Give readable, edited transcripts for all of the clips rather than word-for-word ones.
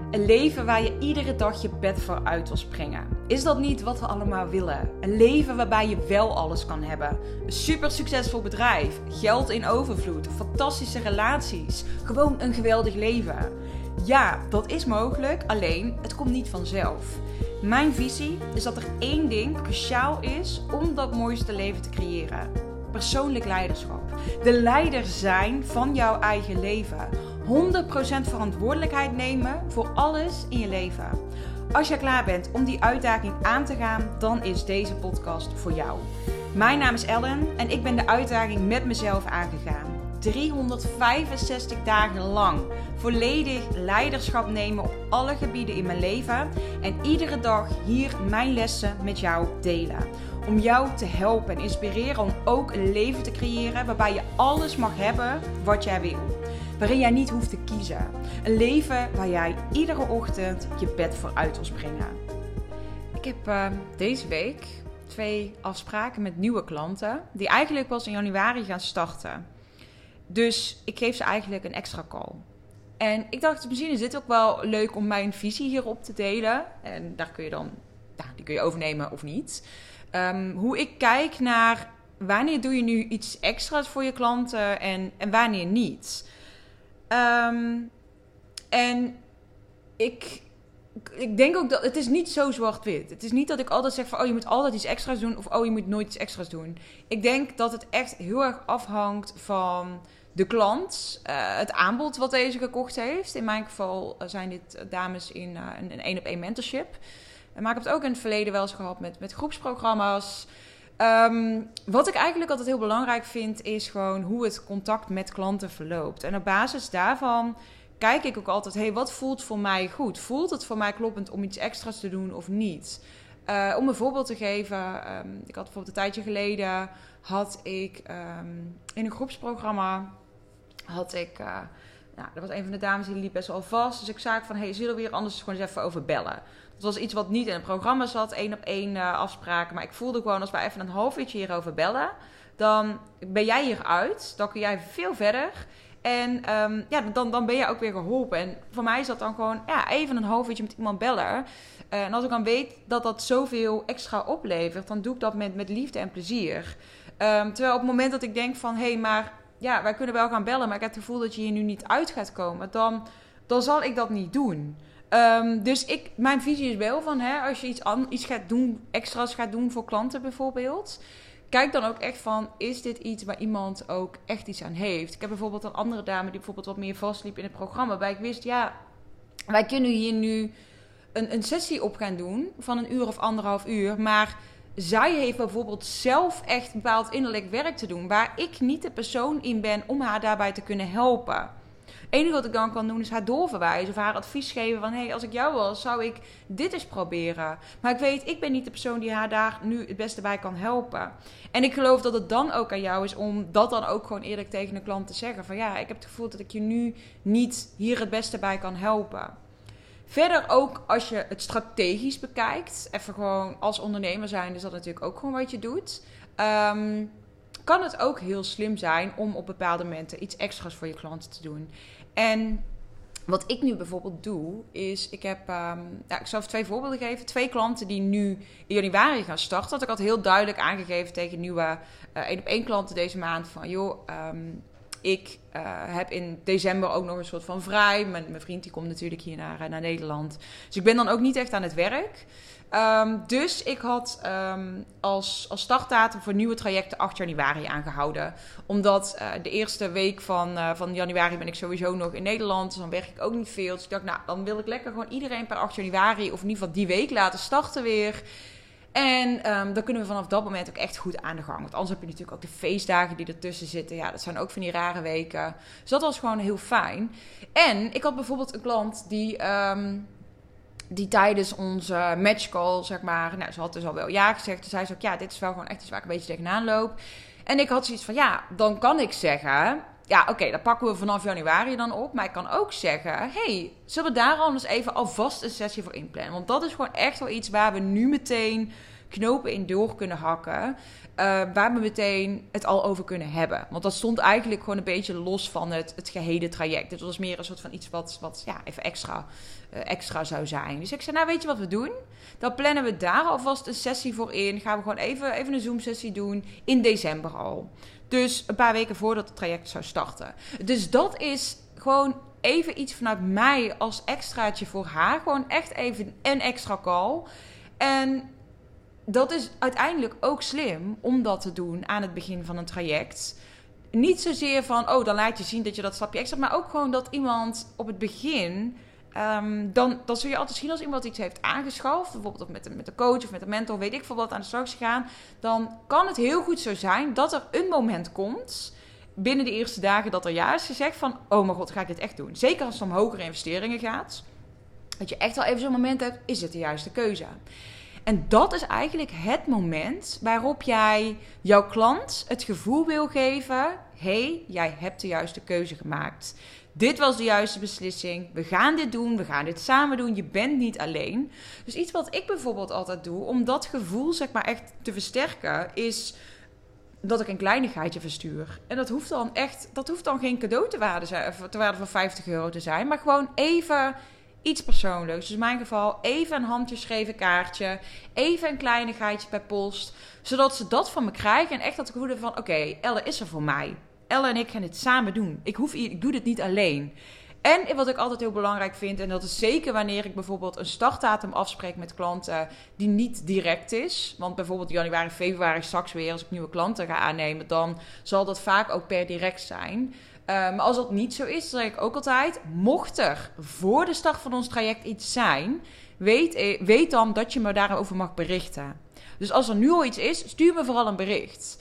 Een leven waar je iedere dag je bed voor uit wil springen. Is dat niet wat we allemaal willen? Een leven waarbij je wel alles kan hebben. Een super succesvol bedrijf, geld in overvloed, fantastische relaties. Gewoon een geweldig leven. Ja, dat is mogelijk, alleen het komt niet vanzelf. Mijn visie is dat er één ding cruciaal is om dat mooiste leven te creëren. Persoonlijk leiderschap. De leider zijn van jouw eigen leven. 100% verantwoordelijkheid nemen voor alles in je leven. Als je klaar bent om die uitdaging aan te gaan, dan is deze podcast voor jou. Mijn naam is Ellen en ik ben de uitdaging met mezelf aangegaan. 365 dagen lang volledig leiderschap nemen op alle gebieden in mijn leven. En iedere dag hier mijn lessen met jou delen. Om jou te helpen en inspireren om ook een leven te creëren waarbij je alles mag hebben wat jij wil. Waarin jij niet hoeft te kiezen. Een leven waar jij iedere ochtend je bed voor uit wil springen. Ik heb deze week 2 afspraken met nieuwe klanten die eigenlijk pas in januari gaan starten. Dus ik geef ze eigenlijk een extra call. En ik dacht, misschien is dit ook wel leuk om mijn visie hierop te delen. En daar kun je dan, die kun je overnemen of niet. Hoe ik kijk naar wanneer doe je nu iets extra's voor je klanten en wanneer niet. En ik denk ook dat het is niet zo zwart-wit. Het is niet dat ik altijd zeg van je moet altijd iets extra's doen of je moet nooit iets extra's doen. Ik denk dat het echt heel erg afhangt van de klant, het aanbod wat deze gekocht heeft. In mijn geval zijn dit dames in een 1-op-1 mentorship. Maar ik heb het ook in het verleden wel eens gehad met groepsprogramma's. Wat ik eigenlijk altijd heel belangrijk vind, is gewoon hoe het contact met klanten verloopt. En op basis daarvan kijk ik ook altijd, wat voelt voor mij goed? Voelt het voor mij kloppend om iets extra's te doen of niet? Om een voorbeeld te geven, ik had bijvoorbeeld een tijdje geleden, had ik in een groepsprogramma, er was een van de dames die liep best wel vast. Dus ik zei van, zullen we hier anders gewoon eens even over bellen? Dat was iets wat niet in het programma zat, 1-op-1 afspraken. Maar ik voelde gewoon, als wij even een half uurtje hierover bellen, dan ben jij hieruit. Dan kun jij veel verder. En dan ben je ook weer geholpen. En voor mij is dat dan gewoon even een half uurtje met iemand bellen. En als ik dan weet dat dat zoveel extra oplevert, dan doe ik dat met liefde en plezier. Terwijl op het moment dat ik denk van, maar wij kunnen wel gaan bellen, maar ik heb het gevoel dat je hier nu niet uit gaat komen, dan zal ik dat niet doen. Dus mijn visie is wel van, als je iets gaat doen, extra's gaat doen voor klanten bijvoorbeeld, kijk dan ook echt van, is dit iets waar iemand ook echt iets aan heeft? Ik heb bijvoorbeeld een andere dame die bijvoorbeeld wat meer vastliep in het programma, waarbij ik wist, wij kunnen hier nu een sessie op gaan doen van 1 uur of 1,5 uur, maar zij heeft bijvoorbeeld zelf echt bepaald innerlijk werk te doen, waar ik niet de persoon in ben om haar daarbij te kunnen helpen. Het enige wat ik dan kan doen is haar doorverwijzen of haar advies geven van, als ik jou was, zou ik dit eens proberen. Maar ik weet, ik ben niet de persoon die haar daar nu het beste bij kan helpen. En ik geloof dat het dan ook aan jou is om dat dan ook gewoon eerlijk tegen de klant te zeggen. Van ik heb het gevoel dat ik je nu niet hier het beste bij kan helpen. Verder ook als je het strategisch bekijkt, even gewoon als ondernemer zijn, is dat natuurlijk ook gewoon wat je doet. Kan het ook heel slim zijn om op bepaalde momenten iets extra's voor je klanten te doen. En wat ik nu bijvoorbeeld doe, is ik zal even 2 voorbeelden geven. 2 klanten die nu in januari gaan starten. Dat ik had heel duidelijk aangegeven tegen nieuwe 1-op-1 klanten deze maand van, ik heb in december ook nog een soort van vrij. Mijn vriend die komt natuurlijk hier naar Nederland. Dus ik ben dan ook niet echt aan het werk. Dus ik had als startdatum voor nieuwe trajecten 8 januari aangehouden. Omdat de eerste week van januari ben ik sowieso nog in Nederland. Dus dan werk ik ook niet veel. Dus ik dacht, dan wil ik lekker gewoon iedereen per 8 januari... of in ieder geval die week laten starten weer. En dan kunnen we vanaf dat moment ook echt goed aan de gang. Want anders heb je natuurlijk ook de feestdagen die ertussen zitten. Ja, dat zijn ook van die rare weken. Dus dat was gewoon heel fijn. En ik had bijvoorbeeld een klant die tijdens onze matchcall, zeg maar, ze had dus al wel ja gezegd. Dus zei ze ook, dit is wel gewoon echt iets waar ik een beetje tegenaan loop. En ik had zoiets van, dan kan ik zeggen, oké, dan pakken we vanaf januari dan op. Maar ik kan ook zeggen, zullen we daar anders even alvast een sessie voor inplannen? Want dat is gewoon echt wel iets waar we nu meteen knopen in door kunnen hakken. Waar we meteen het al over kunnen hebben. Want dat stond eigenlijk gewoon een beetje los van het gehele traject. Het was meer een soort van iets wat even extra zou zijn. Dus ik zei, nou weet je wat we doen? Dan plannen we daar alvast een sessie voor in. Gaan we gewoon even een Zoom-sessie doen in december al. Dus een paar weken voordat het traject zou starten. Dus dat is gewoon even iets vanuit mij als extraatje voor haar. Gewoon echt even een extra call. En dat is uiteindelijk ook slim om dat te doen aan het begin van een traject. Niet zozeer van, dan laat je zien dat je dat stapje extra... maar ook gewoon dat iemand op het begin... Dan zul je altijd zien als iemand iets heeft aangeschaft. Bijvoorbeeld met de coach of met de mentor, weet ik veel wat, aan de slag is gegaan. Dan kan het heel goed zo zijn dat er een moment komt... binnen de eerste dagen dat er ja is gezegd van... oh mijn god, ga ik dit echt doen? Zeker als het om hogere investeringen gaat. Dat je echt wel even zo'n moment hebt, is het de juiste keuze? En dat is eigenlijk het moment waarop jij jouw klant het gevoel wil geven... hey, jij hebt de juiste keuze gemaakt. Dit was de juiste beslissing. We gaan dit doen. We gaan dit samen doen. Je bent niet alleen. Dus iets wat ik bijvoorbeeld altijd doe... om dat gevoel zeg maar echt te versterken... is dat ik een kleinigheidje verstuur. En dat hoeft dan geen cadeau te waarde van €50 te zijn... maar gewoon even iets persoonlijks. Dus in mijn geval even een handgeschreven kaartje... even een kleinigheidje per post... zodat ze dat van me krijgen... en echt dat gevoel van... oké, Elle is er voor mij... Elle en ik gaan dit samen doen. Ik doe dit niet alleen. En wat ik altijd heel belangrijk vind... en dat is zeker wanneer ik bijvoorbeeld een startdatum afspreek met klanten... die niet direct is. Want bijvoorbeeld januari, februari straks weer... als ik nieuwe klanten ga aannemen... dan zal dat vaak ook per direct zijn. Maar als dat niet zo is, dan zeg ik ook altijd... mocht er voor de start van ons traject iets zijn... weet dan dat je me daarover mag berichten. Dus als er nu al iets is, stuur me vooral een bericht.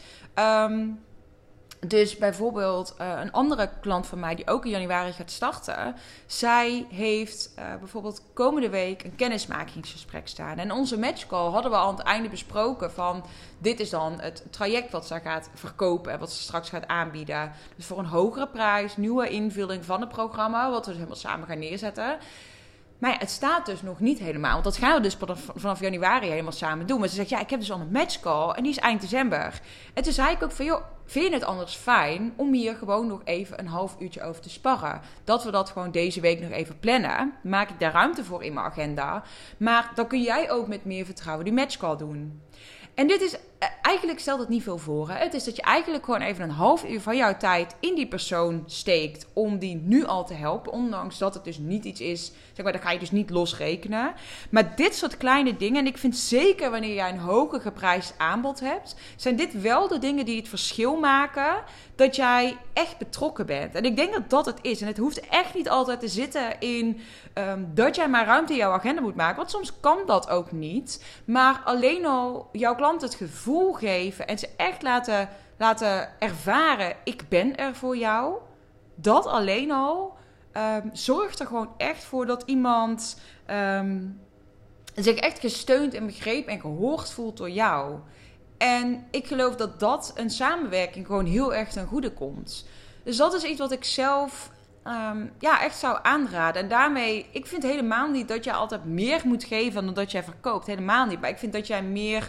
Dus bijvoorbeeld een andere klant van mij die ook in januari gaat starten. Zij heeft bijvoorbeeld komende week een kennismakingsgesprek staan. En onze matchcall hadden we al aan het einde besproken van... dit is dan het traject wat ze gaat verkopen en wat ze straks gaat aanbieden. Dus voor een hogere prijs, nieuwe invulling van het programma... wat we dus helemaal samen gaan neerzetten... Maar ja, het staat dus nog niet helemaal. Want dat gaan we dus vanaf januari helemaal samen doen. Maar ze zegt, ik heb dus al een matchcall en die is eind december. En toen zei ik ook van, vind je het anders fijn om hier gewoon nog even een half uurtje over te sparren? Dat we dat gewoon deze week nog even plannen. Maak ik daar ruimte voor in mijn agenda. Maar dan kun jij ook met meer vertrouwen die matchcall doen. En dit is, eigenlijk stelt het niet veel voor. Hè? Het is dat je eigenlijk gewoon even een half uur van jouw tijd in die persoon steekt om die nu al te helpen. Ondanks dat het dus niet iets is, zeg maar, dat ga je dus niet losrekenen. Maar dit soort kleine dingen, en ik vind zeker wanneer jij een hoger geprijsd aanbod hebt, zijn dit wel de dingen die het verschil maken dat jij echt betrokken bent. En ik denk dat dat het is. En het hoeft echt niet altijd te zitten in dat jij maar ruimte in jouw agenda moet maken. Want soms kan dat ook niet. Maar alleen al jouw klant het gevoel geven en ze echt laten ervaren, ik ben er voor jou. Dat alleen al zorgt er gewoon echt voor dat iemand zich echt gesteund en begrepen en gehoord voelt door jou. En ik geloof dat dat een samenwerking gewoon heel erg ten goede komt. Dus dat is iets wat ik zelf echt zou aanraden. En daarmee, ik vind helemaal niet dat jij altijd meer moet geven dan dat jij verkoopt. Helemaal niet. Maar ik vind dat jij meer...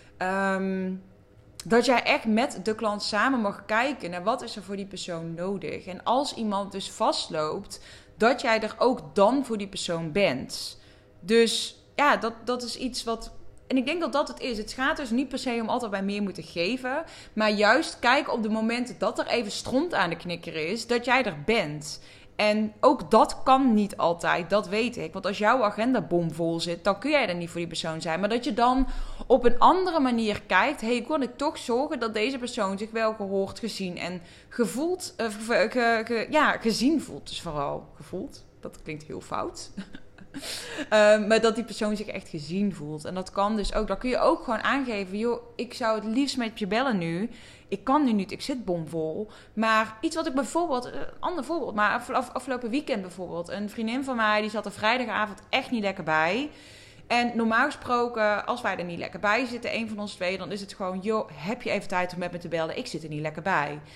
dat jij echt met de klant samen mag kijken naar wat is er voor die persoon nodig. En als iemand dus vastloopt, dat jij er ook dan voor die persoon bent. Dus ja, dat is iets wat... En ik denk dat dat het is. Het gaat dus niet per se om altijd bij meer moeten geven. Maar juist kijken op de momenten dat er even stront aan de knikker is, dat jij er bent. En ook dat kan niet altijd, dat weet ik. Want als jouw agenda bomvol zit, dan kun jij er niet voor die persoon zijn. Maar dat je dan op een andere manier kijkt, hoe kan ik toch zorgen dat deze persoon zich wel gehoord, gezien en gevoeld, gezien voelt. Dus vooral gevoeld, dat klinkt heel fout. Maar dat die persoon zich echt gezien voelt. En dat kan dus ook. Dan kun je ook gewoon aangeven, ik zou het liefst met je bellen nu. Ik kan nu niet, ik zit bomvol. Maar iets wat ik bijvoorbeeld, een ander voorbeeld, maar afgelopen weekend bijvoorbeeld. Een vriendin van mij, die zat er vrijdagavond echt niet lekker bij. En normaal gesproken, als wij er niet lekker bij zitten, een van ons twee, dan is het gewoon, heb je even tijd om met me te bellen? Ik zit er niet lekker bij.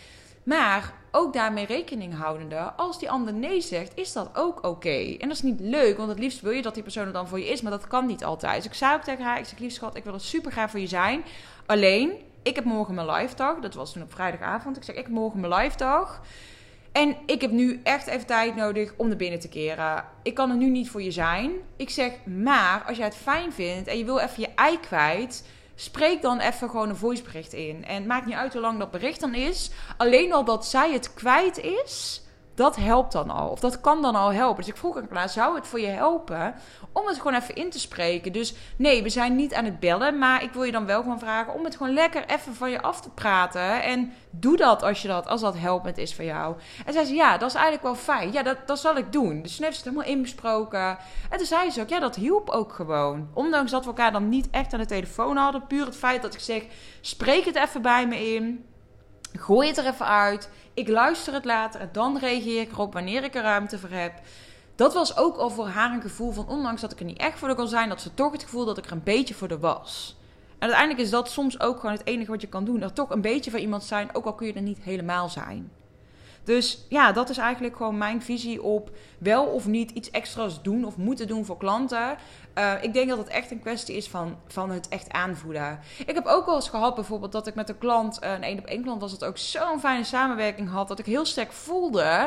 Maar ook daarmee rekening houdende, als die ander nee zegt, is dat ook oké. En dat is niet leuk, want het liefst wil je dat die persoon er dan voor je is, maar dat kan niet altijd. Dus ik zei ook tegen haar, ik zeg, lief schat, ik wil het super graag voor je zijn. Alleen, ik heb morgen mijn live dag. Dat was toen op vrijdagavond. Ik zeg, ik heb morgen mijn live dag. En ik heb nu echt even tijd nodig om naar binnen te keren. Ik kan er nu niet voor je zijn. Ik zeg, maar als jij het fijn vindt en je wil even je ei kwijt, spreek dan even gewoon een voicebericht in. En het maakt niet uit hoe lang dat bericht dan is. Alleen al dat zij het kwijt is, dat helpt dan al. Of dat kan dan al helpen. Dus ik vroeg aan Klaas, zou het voor je helpen om het gewoon even in te spreken? Dus nee, we zijn niet aan het bellen. Maar ik wil je dan wel gewoon vragen om het gewoon lekker even van je af te praten. En doe dat als dat helpend is voor jou. En zei ze, ja, dat is eigenlijk wel fijn. Ja, dat zal ik doen. Dus toen heeft ze het helemaal inbesproken. En toen zei ze ook, ja, dat hielp ook gewoon. Ondanks dat we elkaar dan niet echt aan de telefoon hadden. Puur het feit dat ik zeg, spreek het even bij me in. Gooi het er even uit. Ik luister het later en dan reageer ik erop wanneer ik er ruimte voor heb. Dat was ook al voor haar een gevoel van, ondanks dat ik er niet echt voor haar kon zijn, dat ze toch het gevoel dat ik er een beetje voor haar was. En uiteindelijk is dat soms ook gewoon het enige wat je kan doen. Er toch een beetje voor iemand zijn, ook al kun je er niet helemaal zijn. Dus ja, dat is eigenlijk gewoon mijn visie op wel of niet iets extra's doen of moeten doen voor klanten. Ik denk dat het echt een kwestie is van het echt aanvoelen. Ik heb ook wel eens gehad bijvoorbeeld dat ik met een klant, een 1-op-1 klant was het ook zo'n fijne samenwerking had, dat ik heel sterk voelde.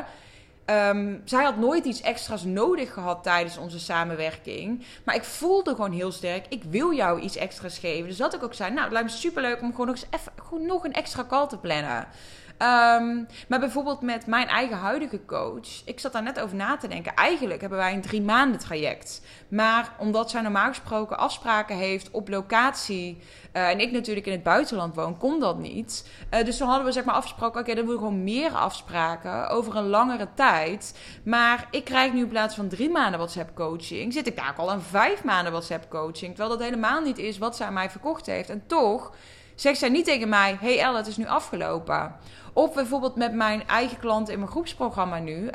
Zij had nooit iets extra's nodig gehad tijdens onze samenwerking. Maar ik voelde gewoon heel sterk, ik wil jou iets extra's geven. Dus dat ik ook zei, nou, het lijkt me superleuk om gewoon nog een extra call te plannen. Maar bijvoorbeeld met mijn eigen huidige coach, ik zat daar net over na te denken. Eigenlijk hebben wij een 3 maanden traject. Maar omdat zij normaal gesproken afspraken heeft op locatie, en ik natuurlijk in het buitenland woon, kon dat niet. Dus toen hadden we zeg maar afgesproken, oké, dan wil ik gewoon meer afspraken over een langere tijd. Maar ik krijg nu in plaats van 3 maanden WhatsApp coaching, zit ik daar al aan 5 maanden WhatsApp coaching. Terwijl dat helemaal niet is wat zij aan mij verkocht heeft. En toch zegt zij niet tegen mij, hey Elle, het is nu afgelopen. Of bijvoorbeeld met mijn eigen klanten in mijn groepsprogramma nu.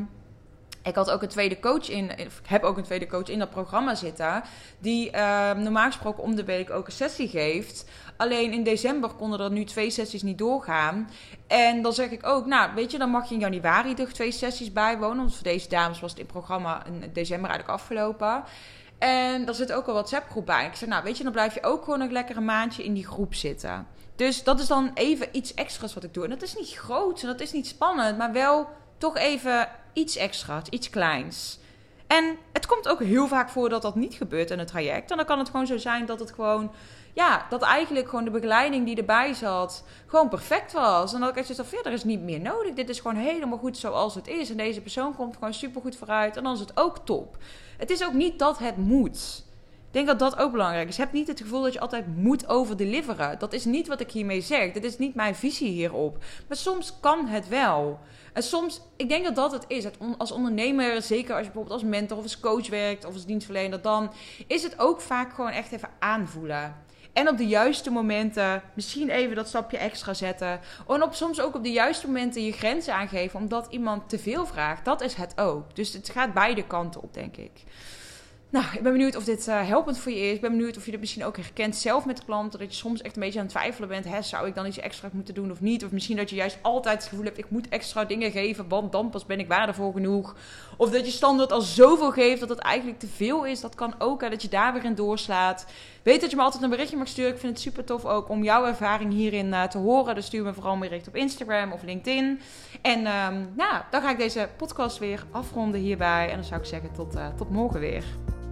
Ik had ook een tweede coach heb ook een tweede coach in dat programma zitten. Die normaal gesproken om de week ook een sessie geeft. Alleen in december konden er nu 2 sessies niet doorgaan. En dan zeg ik ook, nou weet je, dan mag je in januari toch 2 sessies bijwonen. Want voor deze dames was het in het programma in december eigenlijk afgelopen. En daar zit ook een WhatsApp groep bij. Ik zeg, nou weet je, dan blijf je ook gewoon nog lekker een maandje in die groep zitten. Dus dat is dan even iets extra's wat ik doe. En dat is niet groot en dat is niet spannend, maar wel toch even iets extra's, iets kleins. En het komt ook heel vaak voor dat dat niet gebeurt in het traject. En dan kan het gewoon zo zijn dat het gewoon, ja, dat eigenlijk gewoon de begeleiding die erbij zat gewoon perfect was. En dat ik echt zoiets van, verder is niet meer nodig. Dit is gewoon helemaal goed zoals het is. En deze persoon komt gewoon supergoed vooruit. En dan is het ook top. Het is ook niet dat het moet. Ik denk dat dat ook belangrijk is. Heb niet het gevoel dat je altijd moet overdeliveren. Dat is niet wat ik hiermee zeg. Dit is niet mijn visie hierop. Maar soms kan het wel. En soms, ik denk dat dat het is. Als ondernemer, zeker als je bijvoorbeeld als mentor of als coach werkt of als dienstverlener, dan is het ook vaak gewoon echt even aanvoelen. En op de juiste momenten misschien even dat stapje extra zetten. En soms ook op de juiste momenten je grenzen aangeven, omdat iemand te veel vraagt. Dat is het ook. Dus het gaat beide kanten op, denk ik. Nou, ik ben benieuwd of dit helpend voor je is. Ik ben benieuwd of je dit misschien ook herkent zelf met klanten. Dat je soms echt een beetje aan het twijfelen bent. Zou ik dan iets extra moeten doen of niet? Of misschien dat je juist altijd het gevoel hebt, ik moet extra dingen geven, want dan pas ben ik waardevol genoeg. Of dat je standaard al zoveel geeft dat het eigenlijk te veel is. Dat kan ook, dat je daar weer in doorslaat. Weet dat je me altijd een berichtje mag sturen. Ik vind het super tof ook om jouw ervaring hierin te horen. Dus stuur me vooral een bericht op Instagram of LinkedIn. En dan ga ik deze podcast weer afronden hierbij. En dan zou ik zeggen tot morgen weer.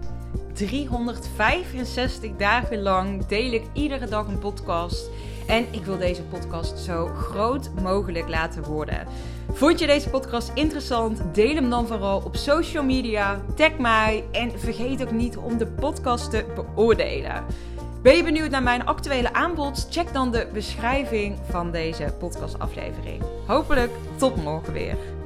365 dagen lang deel ik iedere dag een podcast. En ik wil deze podcast zo groot mogelijk laten worden. Vond je deze podcast interessant? Deel hem dan vooral op social media. Tag mij. En vergeet ook niet om de podcast te beoordelen. Ben je benieuwd naar mijn actuele aanbod? Check dan de beschrijving van deze podcastaflevering. Hopelijk tot morgen weer.